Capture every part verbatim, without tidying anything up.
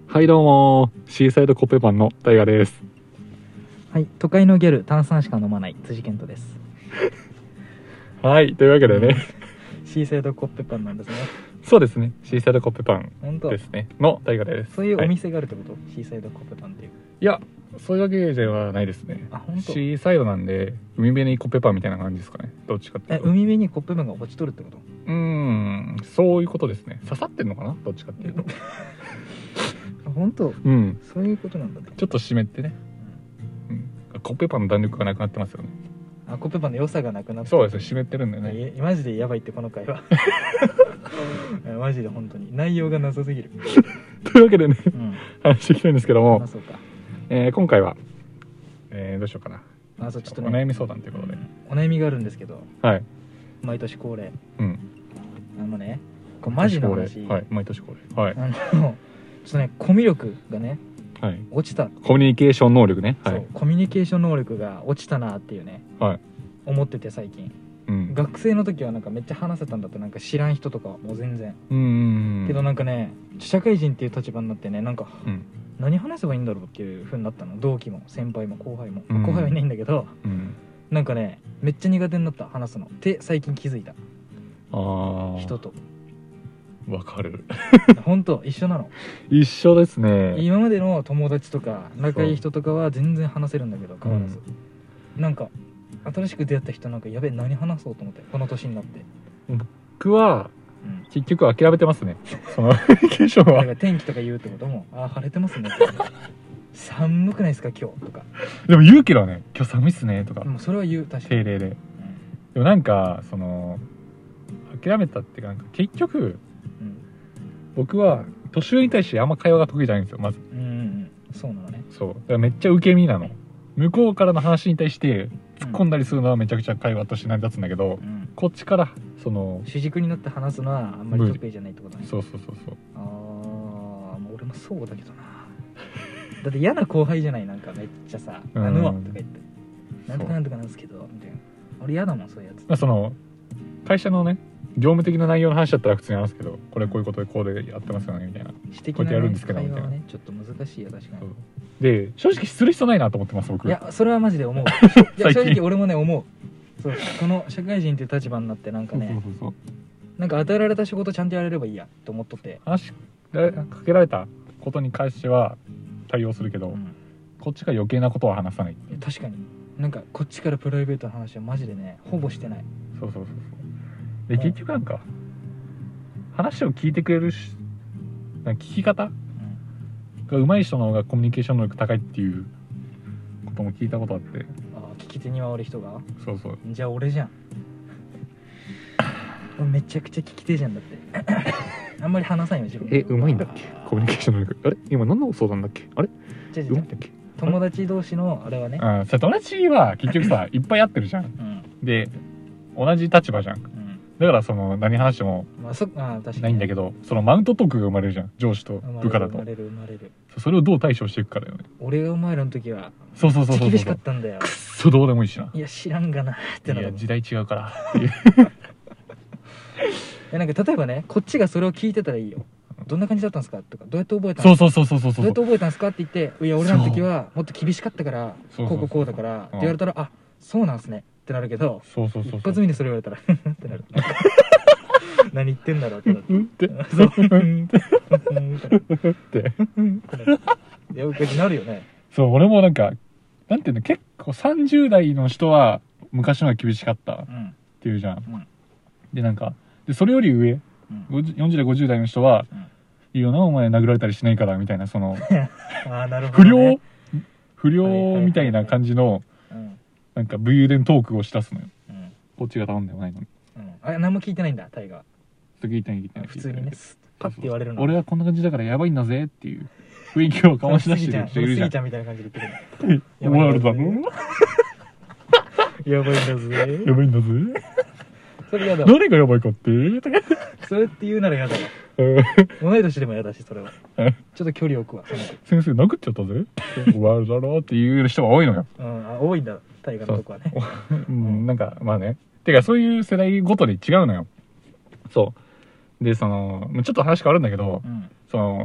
はいどうもシーサイドコッペパンのタイガです。 はい、都会のギャル炭酸しか飲まない辻健人です。 はいというわけでね、 うん、シーサイドコッペパンなんですね。 そうですね、シーサイドコッペパン本当ですねのタイガです。 そういうお店があるってこと、はい、シーサイドコッペパンっていう。 いやそういうわけではないですね。 あ、本当。 シーサイドなんで海辺にコッペパンみたいな感じですかね。どっちかっていうと。 え、海辺にコッペパンが落ちとるってこと。 うーん、そういうことですね。刺さってんのかな、どっちかっていうと。 あ、本当。 うん、 そういうことなんだね。 ちょっと湿ってね、うんうん、コッペパンの弾力がなくなってますよね。 あ、コッペパンの良さがなくなって。 そうですね、湿ってるんだよね。 え、マジでやばいってこの会話。マジで本当に内容がなさすぎる。 というわけでね、うん、話していきたいんですけども、 あ、そうか。 えー、今回は、えー、どうしようかな。 あ、そう、ちょっとね、 お悩み相談ということで、 お悩みがあるんですけど、 はい、 毎年恒例、 うん、 あのね、こうマジな話、 はい、毎年恒例、はい、 あのちょっとね、コミュ力がね、 はい、 落ちた。 コミュニケーション能力ね、はい、 そう、コミュニケーション能力が落ちたなっていうね、はい、思ってて最近、うん、学生の時はなんかめっちゃ話せたんだって、なんか知らん人とかはもう全然、うんうんうん、けどなんかね、社会人っていう立場になってね、なんか、うん、何話せばいいんだろうっていう風になったの。同期も先輩も後輩も、うん、後輩はいないんだけど、うん、なんかね、めっちゃ苦手になった、話すのって最近気づいた。あ、人とわかる。 本当一緒なの。一緒ですね。 今までの友達とか仲いい人とかは全然話せるんだけど変わらず、うん、なんか新しく出会った人なんかやべえ何話そうと思って、この年になって。 僕は、うん、結局諦めてますね。そのコミュニケーションは。 なんか天気とか言うってことも、あ、晴れてますねって寒くないですか今日とか。 でも言うけどね、今日寒いっすねとか。 もうそれは言う、確かに定例で、うん、でもなんかその諦めたっていうか、なんか結局、うん、僕は年上に対してあんま会話が得意じゃないんですよまず。うんうん、 そうなのね。 そうだからめっちゃ受け身なの。向こうからの話に対して突っ込んだりするのはめちゃくちゃ会話として成り立つんだけど、うん、こっちからその主軸になって話すのはあんまり得意じゃないってことね。 そうそうそうそう。 ああ、もう俺もそうだけどな。だって嫌な後輩じゃない、なんかめっちゃさ、あのわとか言ってなんとかなんとかなんですけどみたいな。俺嫌だもんそういうやつ。 まあ、その会社のね業務的な内容の話だったら普通に話すけど、これこういうことでこうでやってますよねみたいな、 私的な、ね、 こうやってやるんですけどみたいな、 ね、ちょっと難しいよ確かに。 で正直する必要ないなと思ってます僕。 いやそれはマジで思う。いや正直俺もね思う。そう、この社会人っていう立場になってなんかね、そうそうそう、なんか与えられた仕事ちゃんとやれればいいやと思っとって、 話しかけられたことに関しては対応するけど、うん、こっちが余計なことは話さない。 確かになんかこっちからプライベートの話はマジでねほぼしてない。 そうそうそうそう。で結局なんか話を聞いてくれるし、なんか聞き方が上手い人の方がコミュニケーション能力高いっていうことも聞いたことあって。 あ、聞き手に回る人が。 そうそう。 じゃあ俺じゃん。俺めちゃくちゃ聞き手じゃんだってあんまり話さんよ自分。 え、上手いんだっけコミュニケーション能力。あれ今何の相談だっけ。あれ違う違う違う、友達同士のあれはね。 あ、友達は結局さいっぱい会ってるじゃん、うん、で同じ立場じゃん、うん、だからその何話してもないんだけど、そのマウントトークが生まれるじゃん上司と部下だと。生まれる生まれる。それをどう対処していくかだよね。 俺がお前らの時はそうそうそうそう、 厳しかったんだよ。 くっそどうでもいいしな。 いや知らんがなってなる。 いや時代違うからっていうなんか例えばね、こっちがそれを聞いてたらいいよ。どんな感じだったんですかとか、どうやって覚えたんですか、そうそうそうそうそう、どうやって覚えたんですかって言って、いや俺らの時はもっと厳しかったからこうこうこうだからって言われたら、あ、そうなんすねってなるけど、そうそうそうそう、一発目にそれ言われたらってなる何言ってんだろうってなってそうっていやなるよね。そう、俺もなんかなんていうの、結構さんじゅう代の人は昔のが厳しかったっていうじゃん、うん、でなんかでそれより上、うん、よんじゅう代ごじゅう代の人は、うん、いいよなお前殴られたりしないからみたいな、そのあ、なるほど、ね、不良不良みたいな感じの、うん、なんか武勇伝トークをしだすのよ、うん、こっちが頼んでもないのに、うん、あ、何も聞いてないんだタイガー。聞いてない聞いてない、普通にねパッて言われるの。俺はこんな感じだからやばいんだぜっていう雰囲気を醸し出してる人いるじゃん。スギちゃんみたいな感じで言ってるやばいんだぜやばいんだぜやばいんだぜそれやだ。何がやばいかってそれって言うならやだわ同い年でもやだし、それはちょっと距離置くわ。先生殴っちゃったぜ終わるだろうっていう人が多いのよ、うん、あ、多いんだ大河のとこはねうん、なんかまあね、てかそういう世代ごとに違うのよ。そうで、そのちょっと話変わるんだけど、うん、その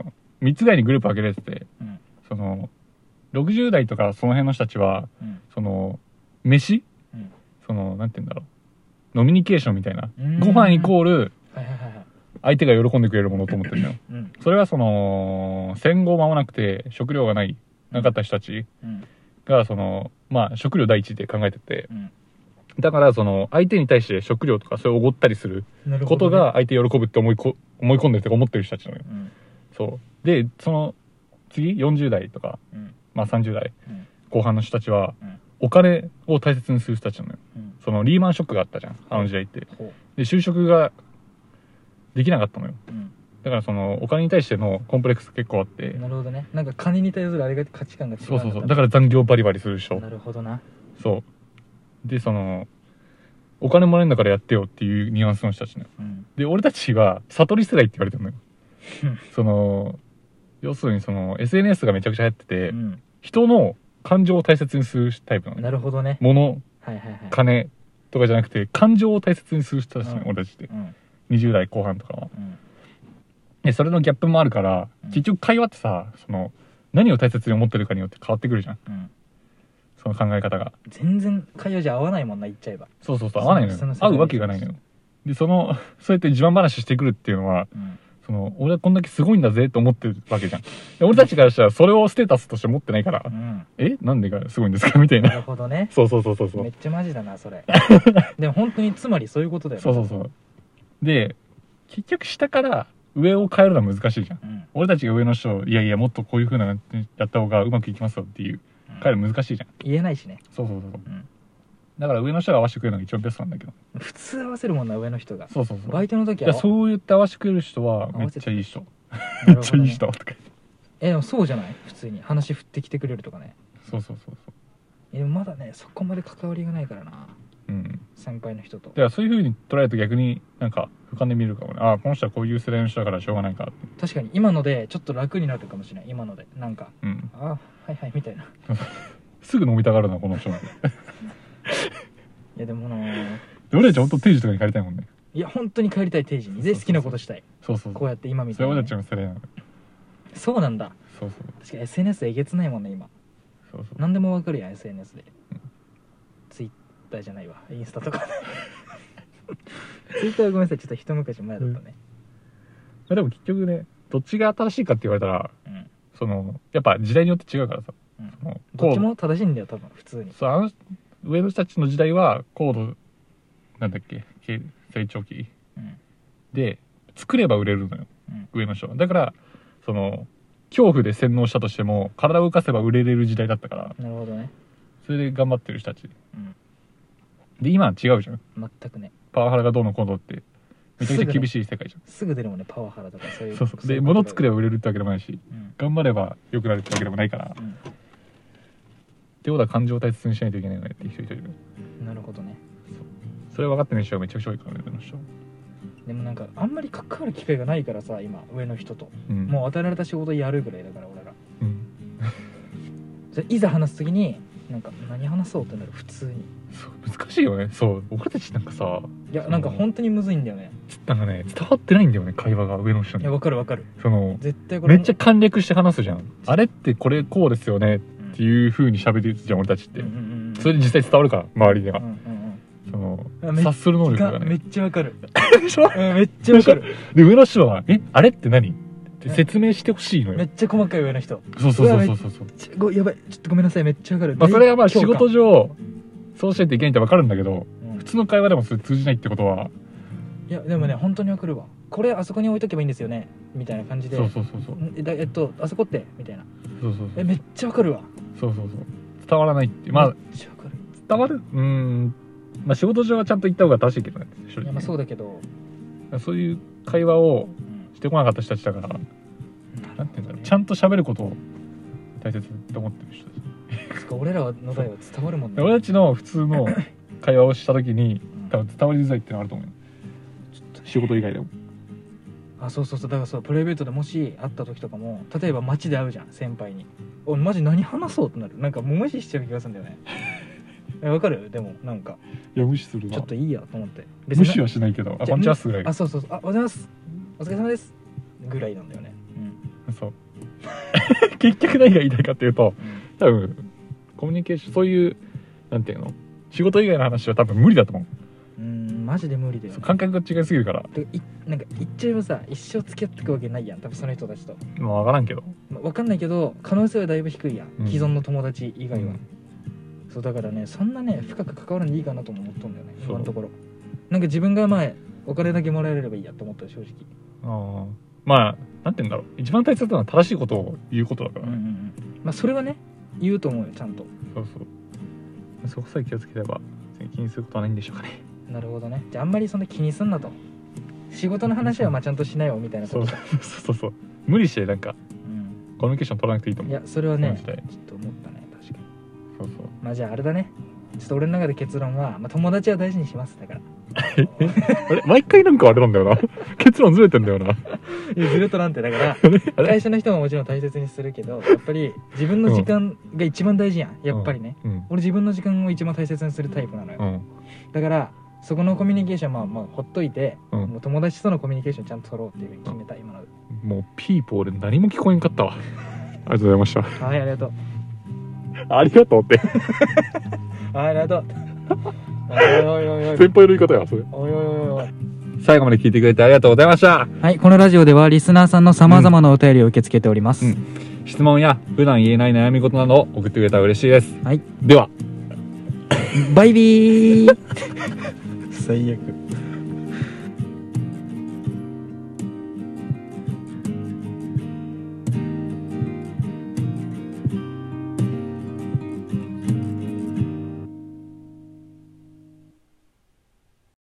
みっつぐらいにグループ分けられてて、うん、そのろくじゅう代とかその辺の人たちは、うん、その飯、うん、そのなんて言うんだろう、ノミニケーションみたいな、ご飯イコール相手が喜んでくれるものと思ってるのよ、うん、それはその戦後間もなくて食料がないなかった人たちがそのまあ食料第一で考えてて、うん、だからその相手に対して食料とかそれをおごったりすることが相手喜ぶって思いこ思い込んでるとか思ってる人たちなのよ、うん、そうでその次よんじゅう代とか、うん、まあさんじゅう代、うん、後半の人たちは、うん、お金を大切にする人たちなのよ、うん、そのリーマンショックがあったじゃんあの時代って、で就職ができなかったのよ、うん、だからそのお金に対してのコンプレックス結構あって。 なるほどね、なんか金に対するあれが価値観が違う。 そうそうそう、だから残業バリバリする人。 なるほどな。 そうでそのお金もらえるんだからやってよっていうニュアンスの人たちね、うん、で俺たちは悟り世代って言われてるのよその要するにその エスエヌエス がめちゃくちゃ流行ってて、うん、人の感情を大切にするタイプなの。 なるほどね。 物、はいはいはい、金とかじゃなくて感情を大切にする人たちね、うん、俺たちって、うん、にじゅう代後半とかは、うん、でそれのギャップもあるから、うん、結局会話ってさその何を大切に思ってるかによって変わってくるじゃん、うん、その考え方が全然会話じゃ合わないもんな言っちゃえば。 そうそうそう合わないのよ。合うわけがないのよ。でそのそうやって自慢話してくるっていうのは、うん、その俺はこんだけすごいんだぜと思ってるわけじゃん。で俺たちからしたらそれをステータスとして持ってないから、うん、えなんでがすごいんですかみたいな。 なるほどね。 そうそうそうそうそう。 めっちゃマジだなそれでも本当につまりそういうことだよね。 そうそうそう。で結局下から上を変えるのは難しいじゃん、うん、俺たちが上の人いやいやもっとこういう風なやった方がうまくいきますよっていう、うん、変えるの難しいじゃん。 言えないしね。 そうそうそうそう、うん、だから上の人が合わせてくれるのが一番ベストなんだけど、 普通合わせるもんな上の人が。 そうそうそう。 バイトの時はそう言って合わせてくれる人はめっちゃいい人めっちゃいい人とかえでもそうじゃない、普通に話振ってきてくれるとかね。 そうそうそうそう。 えでもまだねそこまで関わりがないからな、うん、先輩の人と。 だからそういう風に捉えると逆になんか俯瞰で見るかもね。ああこの人はこういう世代の人だからしょうがないかって。 確かに今のでちょっと楽になるかもしれない。今のでなんか、うん、ああはいはいみたいなすぐ飲みたがるなこの人いやでもな俺たちほんと定時とかに帰りたいもんね。 いや本当に帰りたい定時にで好きなことしたい。 そうそうそう、 こうやって今みたいな、ね、 それ俺たちの世代なの。 そうなんだ。 そうそう。 確かに エスエヌエス えげつないもんね今。そうそう。何でもわかるやん エスエヌエス で、うん、ツイッターじゃないわインスタとかツイッターはごめんなさいちょっと一昔前だったね、 うん、でも結局ねどっちが正しいかって言われたら、うん、そのやっぱ時代によって違うからさ、うん、そのどっちも正しいんだよ多分普通に。 そうあの上の人たちの時代は高度なんだっけ成長期、うん、で作れば売れるのよ、うん、上の人は。だからその恐怖で洗脳したとしても体を動かせば売れれる時代だったから。 なるほどね。 それで頑張ってる人たち、うん、で今は違うじゃん。 全くね。 パワハラがどうのこうのってめちゃめちゃ厳しい世界じゃん。 すぐ出るもんねパワハラとかそういう。 そうそう。で物作れば売れるってわけでもないし、うん、頑張れば良くなるってわけでもないから、うん、ってことは感情を大切にしないといけないよねっていう人いる。 なるほどね。 それ分かってない人はめちゃくちゃ多いからね上の人。 でもなんかあんまり関わる機会がないからさ今上の人と、うん、もう与えられた仕事やるぐらいだから俺ら、うん、じゃいざ話す時になんか何話そうってなる普通に。 そう難しいよね。そう俺たちなんかさいやなんか本当にむずいんだよね。 なんかね伝わってないんだよね会話が上の人に。 いやわかるわかる。 その絶対これめっちゃ簡略して話すじゃん。あれってこれこうですよねっていう風に喋るじゃん俺たちって、うんうんうんうん、それで実際伝わるから周りでは、うんうんうん、その察する能力がねめっちゃわかるでしょ、うん、めっちゃわかるで上の人はえあれって何って説明してほしいのよ。 めっちゃ細かい上の人。 そうそうそうそうそうごやばいちょっとごめんなさいめっちゃわかる。 まあそれはまあ仕事上そうしないといけないってわかるんだけど、うん、普通の会話でもそれ通じないってことは。 いやでもね本当にわかるわ。これあそこに置いとけばいいんですよねみたいな感じで。 そうそうそうそうええっとあそこってみたいな。 そうそうそうえめっちゃわかるわ。 そうそうそう伝わらないってまあめっちゃわかる。 伝わるうーんまあ仕事上はちゃんと言った方が正しいけどね正直。いやまあそうだけどそういう会話をしてこなかった人たちだから、うん、なんていうんだろうちゃんと喋ることを大切って思ってる人たち俺らの代は伝わるもんね。 俺たちの普通の会話をした時に多分伝わりづらいってのがあると思うよ。ちょっと仕事以外でも。 あそうそうそうだからそうプライベートでもし会った時とかも例えば街で会うじゃん先輩におマジ何話そうってなる。なんかもう無視しちゃう気がするんだよねわかる。でもなんかいや無視するなちょっといいやと思って。 無視はしないけどあこんにちはすぐらい。 あそうそうそうあおはようございますお疲れ様ですぐらいなんだよね。 うんそう結局何が言いたいかっていうと、多分コミュニケーション、そういうなんていうの、仕事以外の話は多分無理だと思う。 うん、マジで無理だよ、ね、 感覚が違いすぎるから。 いなんか言っちゃえばさ、一生付き合っていくわけないやん、多分その人たちと。 まあ分からんけど、 まあ、分かんないけど可能性はだいぶ低いやん、うん、既存の友達以外は、うん、そうだからね、そんなね深く関わらんでいいかなとも思っとんだよね、今のところ。なんか自分が前お金だけもらえればいいやと思った正直。 ああ、まあなんて言うんだろう、一番大切なのは正しいことを言うことだから、うんうんうん、 まあそれはね言うと思うよ、ちゃんと。 そうそう、そこさえ気をつければ気にすることはないんでしょうかね。 なるほどね。じゃああんまりそんな気にすんなと、仕事の話はまあちゃんとしないよみたいなこと。 そうそうそう、無理してなんか、うん、コミュニケーション取らなくていいと思う。 いやそれはねちょっと思ったね、確かに。そうそう、まあじゃああれだね、ちょっと俺の中で結論は、まあ、友達は大事にしますだからあれ毎回なんかあれなんだよな結論ずれてんだよな。いやずれとなんてだから会社の人ももちろん大切にするけど、やっぱり自分の時間が一番大事やん、やっぱりね、うんうん、俺自分の時間を一番大切にするタイプなのよ、うん、だからそこのコミュニケーションはまあまあほっといて、うん、もう友達とのコミュニケーションちゃんと取ろうっていうふうに決めた、今ので。 もうピーポーで何も聞こえんかったわありがとうございました。 はい、ありがとうありがとうってありがとうおいおいおいおい、 先輩の言い方やそれ。 おいおいおいおい、 最後まで聞いてくれてありがとうございました。 はい、このラジオではリスナーさんの様々なお便りを受け付けております、うんうん、 質問や普段言えない悩み事などを送ってくれたら嬉しいです。 はい、 ではバイビー最悪。